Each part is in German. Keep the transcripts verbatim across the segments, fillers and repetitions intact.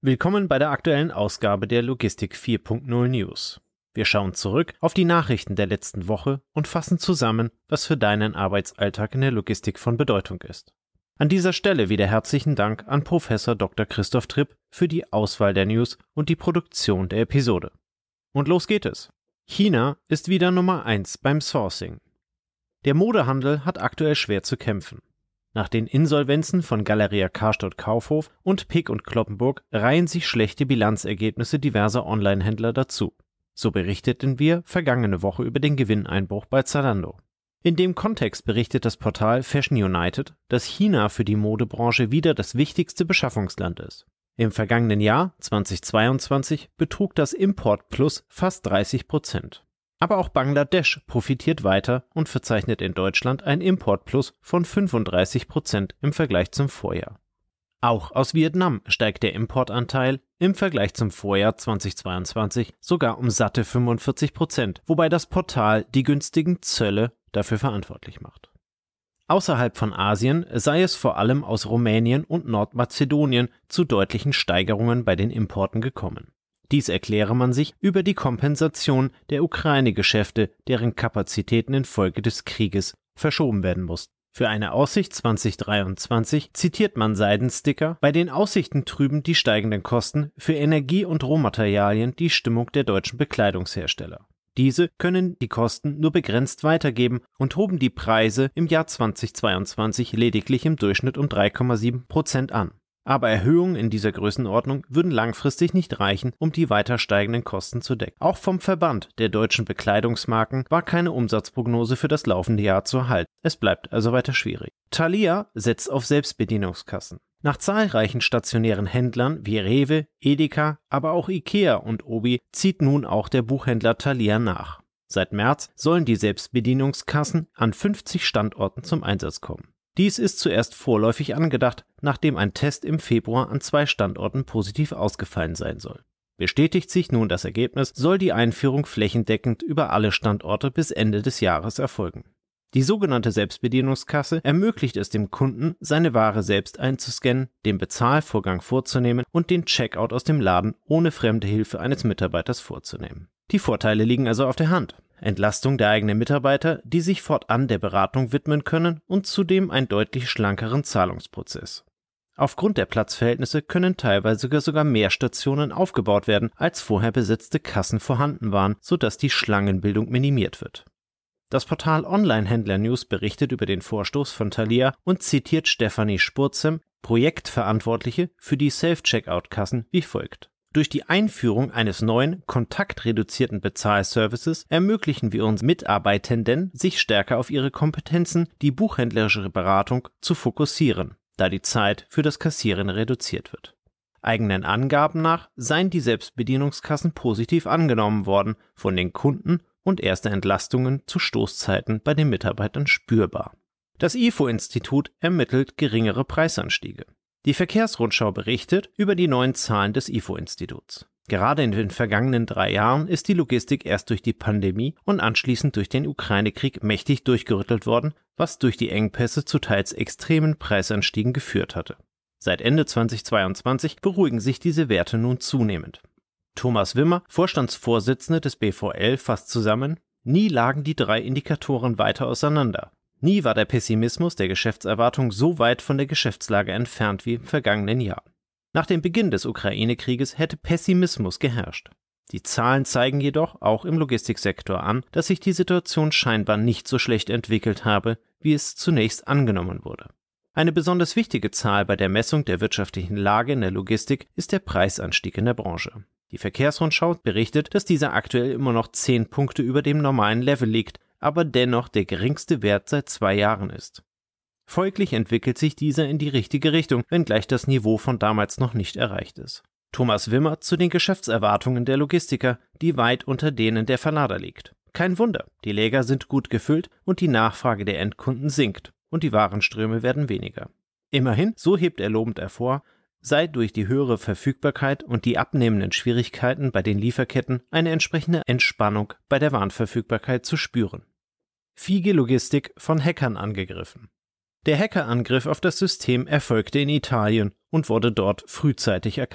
Willkommen bei der aktuellen Ausgabe der Logistik vier Punkt null News. Wir schauen zurück auf die Nachrichten der letzten Woche und fassen zusammen, was für deinen Arbeitsalltag in der Logistik von Bedeutung ist. An dieser Stelle wieder herzlichen Dank an Professor Doktor Christoph Tripp für die Auswahl der News und die Produktion der Episode. Und los geht es. China ist wieder Nummer eins beim Sourcing. Der Modehandel hat aktuell schwer zu kämpfen. Nach den Insolvenzen von Galeria Karstadt Kaufhof und Peek und Cloppenburg reihen sich schlechte Bilanzergebnisse diverser Online-Händler dazu. So berichteten wir vergangene Woche über den Gewinneinbruch bei Zalando. In dem Kontext berichtet das Portal Fashion United, dass China für die Modebranche wieder das wichtigste Beschaffungsland ist. Im vergangenen Jahr zweitausendzweiundzwanzig betrug das Importplus fast dreißig Prozent. Aber auch Bangladesch profitiert weiter und verzeichnet in Deutschland ein Importplus von fünfunddreißig Prozent im Vergleich zum Vorjahr. Auch aus Vietnam steigt der Importanteil im Vergleich zum Vorjahr zweitausendzweiundzwanzig sogar um satte fünfundvierzig Prozent, wobei das Portal die günstigen Zölle dafür verantwortlich macht. Außerhalb von Asien sei es vor allem aus Rumänien und Nordmazedonien zu deutlichen Steigerungen bei den Importen gekommen. Dies erkläre man sich über die Kompensation der Ukraine-Geschäfte, deren Kapazitäten infolge des Krieges verschoben werden mussten. Für eine Aussicht zweitausenddreiundzwanzig zitiert man Seidensticker, bei den Aussichten trüben die steigenden Kosten für Energie und Rohmaterialien die Stimmung der deutschen Bekleidungshersteller. Diese können die Kosten nur begrenzt weitergeben und hoben die Preise im Jahr zweitausendzweiundzwanzig lediglich im Durchschnitt um drei Komma sieben Prozent an. Aber Erhöhungen in dieser Größenordnung würden langfristig nicht reichen, um die weiter steigenden Kosten zu decken. Auch vom Verband der deutschen Bekleidungsmarken war keine Umsatzprognose für das laufende Jahr zu erhalten. Es bleibt also weiter schwierig. Thalia setzt auf Selbstbedienungskassen. Nach zahlreichen stationären Händlern wie Rewe, Edeka, aber auch Ikea und Obi zieht nun auch der Buchhändler Thalia nach. Seit März sollen die Selbstbedienungskassen an fünfzig Standorten zum Einsatz kommen. Dies ist zuerst vorläufig angedacht, nachdem ein Test im Februar an zwei Standorten positiv ausgefallen sein soll. Bestätigt sich nun das Ergebnis, soll die Einführung flächendeckend über alle Standorte bis Ende des Jahres erfolgen. Die sogenannte Selbstbedienungskasse ermöglicht es dem Kunden, seine Ware selbst einzuscannen, den Bezahlvorgang vorzunehmen und den Checkout aus dem Laden ohne fremde Hilfe eines Mitarbeiters vorzunehmen. Die Vorteile liegen also auf der Hand. Entlastung der eigenen Mitarbeiter, die sich fortan der Beratung widmen können, und zudem einen deutlich schlankeren Zahlungsprozess. Aufgrund der Platzverhältnisse können teilweise sogar mehr Stationen aufgebaut werden, als vorher besetzte Kassen vorhanden waren, sodass die Schlangenbildung minimiert wird. Das Portal Online-Händler News berichtet über den Vorstoß von Thalia und zitiert Stefanie Spurzem, Projektverantwortliche für die Self-Checkout-Kassen, wie folgt. Durch die Einführung eines neuen, kontaktreduzierten Bezahlservices ermöglichen wir uns Mitarbeitenden, sich stärker auf ihre Kompetenzen, die buchhändlerische Beratung, zu fokussieren, da die Zeit für das Kassieren reduziert wird. Eigenen Angaben nach seien die Selbstbedienungskassen positiv angenommen worden von den Kunden und erste Entlastungen zu Stoßzeiten bei den Mitarbeitern spürbar. Das I F O-Institut ermittelt geringere Preisanstiege. Die Verkehrsrundschau berichtet über die neuen Zahlen des I F O-Instituts. Gerade in den vergangenen drei Jahren ist die Logistik erst durch die Pandemie und anschließend durch den Ukraine-Krieg mächtig durchgerüttelt worden, was durch die Engpässe zu teils extremen Preisanstiegen geführt hatte. Seit Ende zweitausendzweiundzwanzig beruhigen sich diese Werte nun zunehmend. Thomas Wimmer, Vorstandsvorsitzender des B V L, fasst zusammen: Nie lagen die drei Indikatoren weiter auseinander. Nie war der Pessimismus der Geschäftserwartung so weit von der Geschäftslage entfernt wie im vergangenen Jahr. Nach dem Beginn des Ukraine-Krieges hätte Pessimismus geherrscht. Die Zahlen zeigen jedoch auch im Logistiksektor an, dass sich die Situation scheinbar nicht so schlecht entwickelt habe, wie es zunächst angenommen wurde. Eine besonders wichtige Zahl bei der Messung der wirtschaftlichen Lage in der Logistik ist der Preisanstieg in der Branche. Die Verkehrsrundschau berichtet, dass dieser aktuell immer noch zehn Punkte über dem normalen Level liegt, aber dennoch der geringste Wert seit zwei Jahren ist. Folglich entwickelt sich dieser in die richtige Richtung, wenngleich das Niveau von damals noch nicht erreicht ist. Thomas Wimmer zu den Geschäftserwartungen der Logistiker, die weit unter denen der Verlader liegt. Kein Wunder, die Lager sind gut gefüllt und die Nachfrage der Endkunden sinkt und die Warenströme werden weniger. Immerhin, so hebt er lobend hervor, sei durch die höhere Verfügbarkeit und die abnehmenden Schwierigkeiten bei den Lieferketten eine entsprechende Entspannung bei der Warenverfügbarkeit zu spüren. Fiege Logistik von Hackern angegriffen. Der Hackerangriff auf das System erfolgte in Italien und wurde dort frühzeitig erkannt.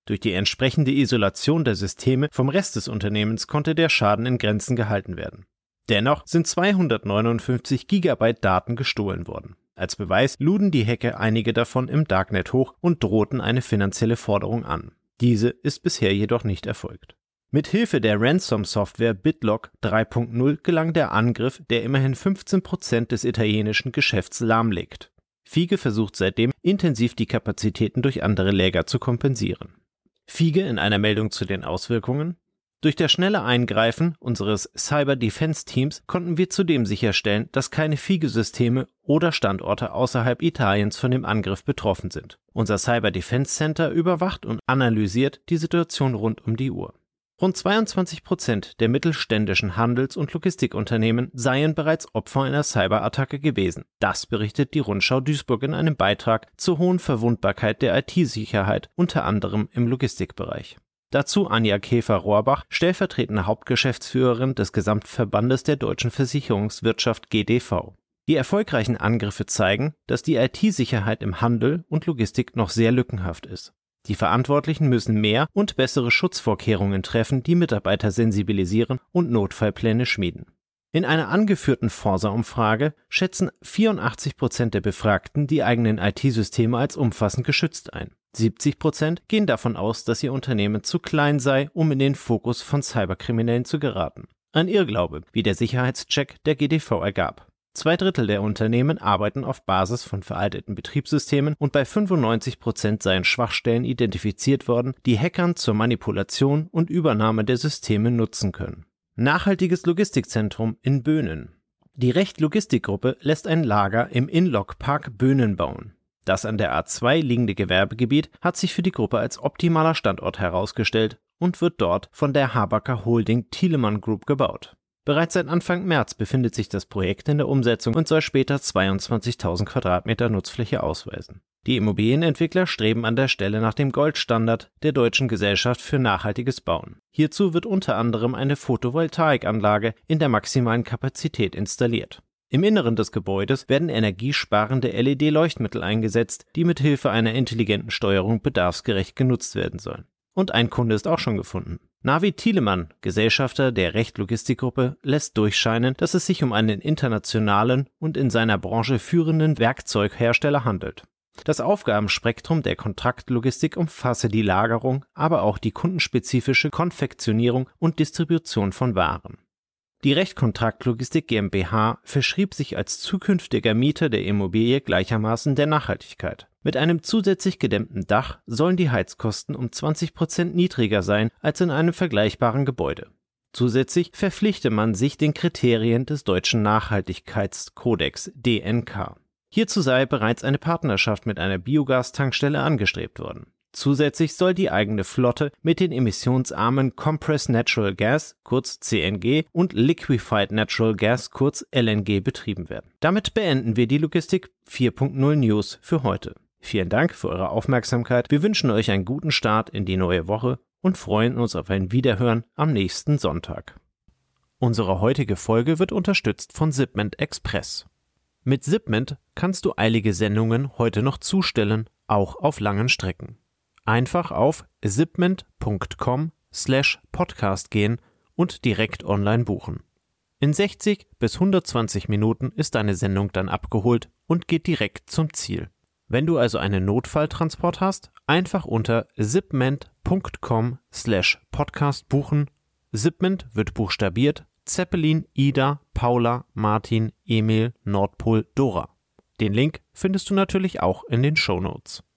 Durch die entsprechende Isolation der Systeme vom Rest des Unternehmens konnte der Schaden in Grenzen gehalten werden. Dennoch sind zweihundertneunundfünfzig Gigabyte Daten gestohlen worden. Als Beweis luden die Hacker einige davon im Darknet hoch und drohten eine finanzielle Forderung an. Diese ist bisher jedoch nicht erfolgt. Mit Hilfe der Ransom-Software BitLock drei Punkt null gelang der Angriff, der immerhin fünfzehn Prozent des italienischen Geschäfts lahmlegt. Fige versucht seitdem intensiv die Kapazitäten durch andere Läger zu kompensieren. Fige in einer Meldung zu den Auswirkungen: Durch das schnelle Eingreifen unseres Cyber-Defense-Teams konnten wir zudem sicherstellen, dass keine Fige-Systeme oder Standorte außerhalb Italiens von dem Angriff betroffen sind. Unser Cyber-Defense-Center überwacht und analysiert die Situation rund um die Uhr. Rund zweiundzwanzig Prozent der mittelständischen Handels- und Logistikunternehmen seien bereits Opfer einer Cyberattacke gewesen. Das berichtet die Rundschau Duisburg in einem Beitrag zur hohen Verwundbarkeit der I T-Sicherheit, unter anderem im Logistikbereich. Dazu Anja Käfer-Rohrbach, stellvertretende Hauptgeschäftsführerin des Gesamtverbandes der deutschen Versicherungswirtschaft G D V. Die erfolgreichen Angriffe zeigen, dass die I T-Sicherheit im Handel und Logistik noch sehr lückenhaft ist. Die Verantwortlichen müssen mehr und bessere Schutzvorkehrungen treffen, die Mitarbeiter sensibilisieren und Notfallpläne schmieden. In einer angeführten Forsa-Umfrage schätzen vierundachtzig Prozent der Befragten die eigenen I T-Systeme als umfassend geschützt ein. siebzig Prozent gehen davon aus, dass ihr Unternehmen zu klein sei, um in den Fokus von Cyberkriminellen zu geraten. Ein Irrglaube, wie der Sicherheitscheck der G D V ergab. Zwei Drittel der Unternehmen arbeiten auf Basis von veralteten Betriebssystemen und bei fünfundneunzig Prozent seien Schwachstellen identifiziert worden, die Hackern zur Manipulation und Übernahme der Systeme nutzen können. Nachhaltiges Logistikzentrum in Böhnen. Die Recht Logistikgruppe lässt ein Lager im Inlock-Park Böhnen bauen. Das an der A zwei liegende Gewerbegebiet hat sich für die Gruppe als optimaler Standort herausgestellt und wird dort von der Habacker Holding Thielemann Group gebaut. Bereits seit Anfang März befindet sich das Projekt in der Umsetzung und soll später zweiundzwanzigtausend Quadratmeter Nutzfläche ausweisen. Die Immobilienentwickler streben an der Stelle nach dem Goldstandard der Deutschen Gesellschaft für nachhaltiges Bauen. Hierzu wird unter anderem eine Photovoltaikanlage in der maximalen Kapazität installiert. Im Inneren des Gebäudes werden energiesparende L E D-Leuchtmittel eingesetzt, die mit Hilfe einer intelligenten Steuerung bedarfsgerecht genutzt werden sollen. Und ein Kunde ist auch schon gefunden. Navi Thielemann, Gesellschafter der Recht Logistikgruppe, lässt durchscheinen, dass es sich um einen internationalen und in seiner Branche führenden Werkzeughersteller handelt. Das Aufgabenspektrum der Kontraktlogistik umfasse die Lagerung, aber auch die kundenspezifische Konfektionierung und Distribution von Waren. Die Recht Kontraktlogistik GmbH verschrieb sich als zukünftiger Mieter der Immobilie gleichermaßen der Nachhaltigkeit. Mit einem zusätzlich gedämmten Dach sollen die Heizkosten um zwanzig Prozent niedriger sein als in einem vergleichbaren Gebäude. Zusätzlich verpflichte man sich den Kriterien des Deutschen Nachhaltigkeitskodex D N K. Hierzu sei bereits eine Partnerschaft mit einer Biogastankstelle angestrebt worden. Zusätzlich soll die eigene Flotte mit den emissionsarmen Compressed Natural Gas, kurz C N G, und Liquefied Natural Gas, kurz L N G, betrieben werden. Damit beenden wir die Logistik vier Punkt null News für heute. Vielen Dank für eure Aufmerksamkeit. Wir wünschen euch einen guten Start in die neue Woche und freuen uns auf ein Wiederhören am nächsten Sonntag. Unsere heutige Folge wird unterstützt von Zipment Express. Mit Zipment kannst du eilige Sendungen heute noch zustellen, auch auf langen Strecken. Einfach auf zipment punkt com slash podcast gehen und direkt online buchen. In sechzig bis hundertzwanzig Minuten ist deine Sendung dann abgeholt und geht direkt zum Ziel. Wenn du also einen Notfalltransport hast, einfach unter zipment punkt com slash podcast buchen. Zipment wird buchstabiert Zeppelin, Ida, Paula, Martin, Emil, Nordpol, Dora. Den Link findest du natürlich auch in den Shownotes.